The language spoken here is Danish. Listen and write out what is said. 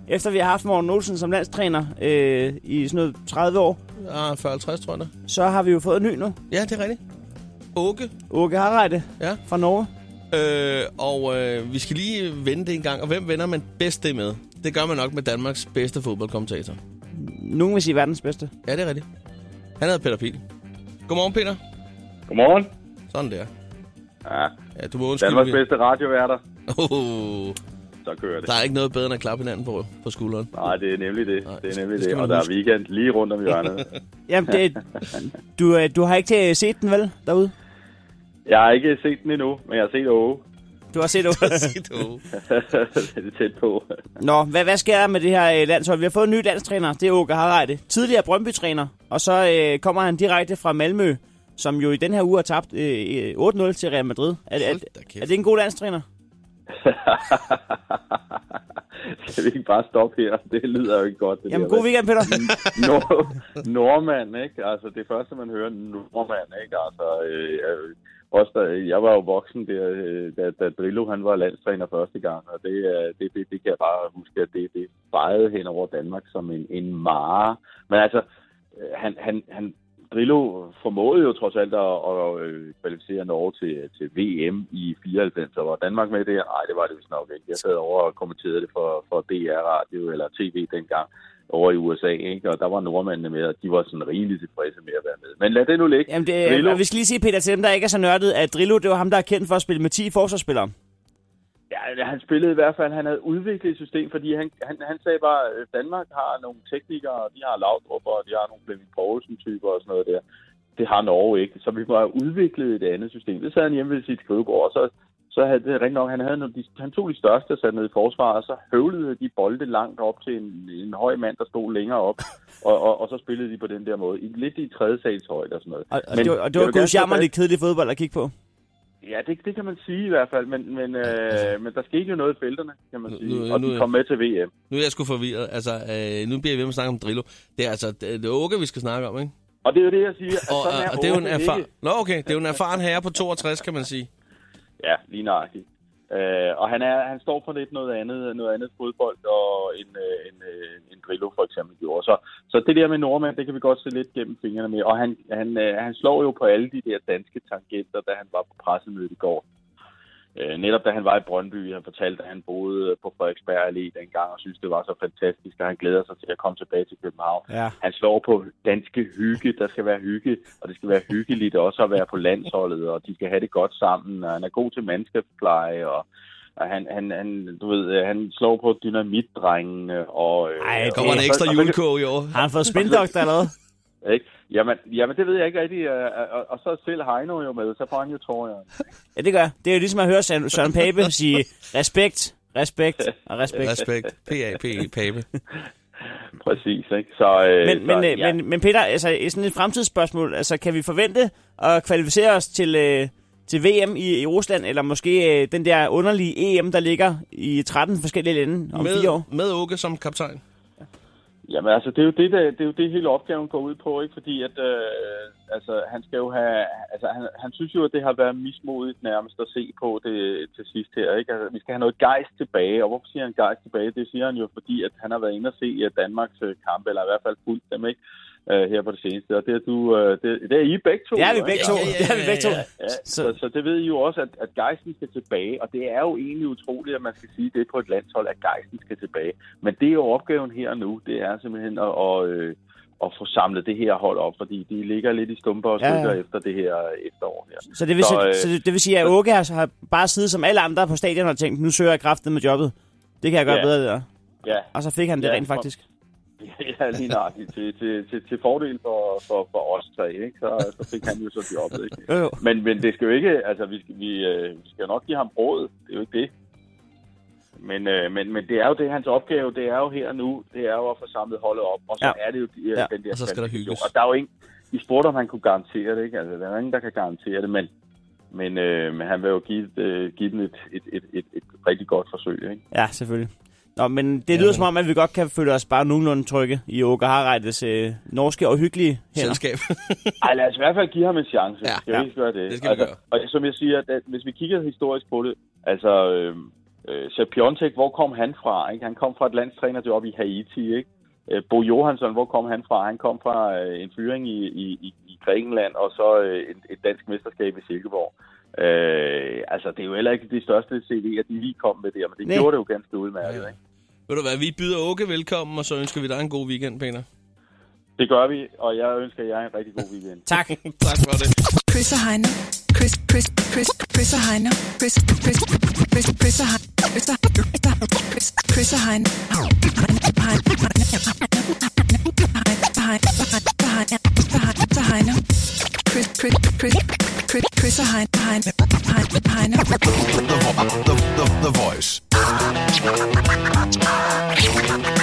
efter vi har haft Morten Olsen som landstræner i sådan noget 30 år. Ja, 40-50, tror jeg. Så har vi jo fået en ny nu. Ja, det er rigtigt. Åke Hareide fra Norge. Vi skal lige vende det en gang. Og hvem vender man bedst det med? Det gør man nok med Danmarks bedste fodboldkommentator. Nogen vil sige verdens bedste. Ja, det er rigtigt. Han hedder Peter Pihl. Godmorgen, Peter. Godmorgen. Sådan der. Ja, du må undskylde. Danmarks bedste radioværter. Så kører det. Der er ikke noget bedre end at klappe hinanden på skulderen. Nej, det er nemlig det. Og der er weekend lige rundt om hjørnet. Jamen, du har ikke set den, vel, derude? Jeg har ikke set den endnu, men jeg har set Åge. Du har set Åge? Det er tæt på. Nå, hvad sker der med det her landshold? Vi har fået en ny landstræner, det er Åke Hareide. Tidligere Brøndby-træner, og så kommer han direkte fra Malmø, som jo i den her uge har tabt 8-0 til Real Madrid. Er det en god landstræner? Skal vi ikke bare stoppe her? Det lyder jo ikke godt. Det Jamen, god weekend, Peter. Nordmand, ikke? Altså, det første, man hører, nordmand, ikke? Altså, jeg var jo voksen, da Drillo, han var landstræner første gang, og det kan jeg bare huske, at det fejede hen over Danmark som en mare. Men altså, han Drillo formåede jo trods alt at kvalificere Norge til VM i 94, og var Danmark med det? Nej, det var det vist nok ikke. Jeg sad over og kommenterede det for DR-radio eller TV dengang over i USA, ikke? Og der var nordmændene med, og de var sådan rimelig tilfredse med at være med. Men lad det nu ligge. Jamen, vi skal lige sige, Peter, til dem, der ikke er så nørdet, at Drillo, det var ham, der er kendt for at spille med 10 forsvarsspillere. Ja, han spillede i hvert fald, han havde udviklet et system, fordi han sagde bare, at Danmark har nogle teknikere, de har Laudrup, og de har nogle Flemming Poulsen-typer og sådan noget der. Det har Norge ikke, så vi må have udviklet et andet system. Det sad han hjemme ved sit skrivebord, og så havde det rent nok, han tog de største og satte ned i forsvaret, og så høvlede de bolde langt op til en høj mand, der stod længere op, og så spillede de på den der måde, lidt i tredje sals højde og sådan noget. Og det var gudsjammerligt kedeligt fodbold at kigge på. Ja, det kan man sige i hvert fald, men der skete jo noget i felterne, kan man sige, og de kom med til VM. Nu er jeg sgu forvirret, altså, nu bliver vi ved med at snakke om Drillo. Det er altså, det er Åke, vi skal snakke om, ikke? Og det er jo det, jeg siger. Og det er jo en erfaren... Nå, okay, det er jo en erfaren herre på 62, kan man sige. Ja, lige nøjagtigt. Og han står for lidt noget andet fodbold, og en Drillo for eksempel gjorde. Så det der med nordmand, det kan vi godt se lidt gennem fingrene med. Og han slår jo på alle de der danske tangenter, da han var på pressemødet i går. Netop da han var i Brøndby, han fortalte, at han boede på Frederiksberg Allé dengang, og synes det var så fantastisk, og han glæder sig til at komme tilbage til København. Ja. Han slår på danske hygge, der skal være hygge, og det skal være hyggeligt også at være på landsholdet, og de skal have det godt sammen, og han er god til mandskabspleje, og han slår på dynamitdrengene, og... kommer en ekstra julekog i år. Har han fået spindoktor eller noget? Ikke? Jamen, det ved jeg ikke rigtigt. Og så selv Heino jo med, så får han jo tårer. Ja, det gør. Det er jo ligesom at høre Søren Pape sige respekt og respekt. Respekt. P-A-P-E, Pape. Præcis, ikke? Så, men Peter, altså sådan et fremtidsspørgsmål. Altså, kan vi forvente at kvalificere os til VM i Rusland, eller måske den der underlige EM, der ligger i 13 forskellige lande om 4 år? Med Åke som kaptajn? Jamen altså, det er jo det hele opgaven går ud på, ikke? Fordi at han skal jo have, altså han synes jo, at det har været mismodigt nærmest at se på det til sidst her, ikke? Altså, vi skal have noget gejst tilbage, og hvorfor siger han gejst tilbage? Det siger han jo, fordi at han har været inde og se Danmarks kampe, eller i hvert fald fuldt dem, ikke? Her på det seneste, og det er I begge to. Ja, vi begge to. Ja, så det ved I jo også, at gejsten skal tilbage, og det er jo egentlig utroligt, at man skal sige det på et landshold, at gejsten skal tilbage. Men det er jo opgaven her nu, det er simpelthen at få samlet det her hold op, fordi de ligger lidt i stumper og stykker efter det her efterår her. Så det vil sige, at Åke har bare siddet som alle andre på stadion og tænkt, nu søger jeg kraften med jobbet. Det kan jeg gøre bedre der. Ja. Og så fik han det rent faktisk. Ja, lige nøjagtigt. Til fordel for os tre, ikke? Så fik han jo så jobbet, ikke? Jo. Men det skal jo ikke, altså vi skal jo nok give ham råd, det er jo ikke det. Men det er jo det, hans opgave, det er jo her nu, det er jo at få samlet holdet op, og så er det jo den der... og så skal der hygges. Og der er jo ingen, I spurgte, om han kunne garantere det, ikke? Altså, der er ingen, der kan garantere det, men han vil jo give den et rigtig godt forsøg, ikke? Ja, selvfølgelig. Nå, men det lyder som om, at vi godt kan føle os bare nogenlunde trygge i Åke Hareides norske og hyggelige hænder. Selskab. Ej, lad os i hvert fald give ham en chance. Ja. Skal vi ikke gøre det? Det skal vi gøre. Og som jeg siger, at hvis vi kigger historisk på det, altså Sepp Piontek, hvor kom han fra? Ikke? Han kom fra et landstrænerjob i Haiti, ikke? Bo Johansson, hvor kom han fra? Han kom fra en fyring i Grækenland, og så et dansk mesterskab i Silkeborg. Altså, det er jo heller ikke de største CV'er, de lige kom med der, men det gjorde det jo ganske udmærket, ikke? Ved du hvad, vi byder Åke velkommen, og så ønsker vi dig en god weekend, Peter. Det gør vi, og jeg ønsker jer en rigtig god weekend. Tak. Tak for det. Chris og Heino. Chris og Heino. Chris og Heino. Chris og Heino. Chris og Heino. The Voice.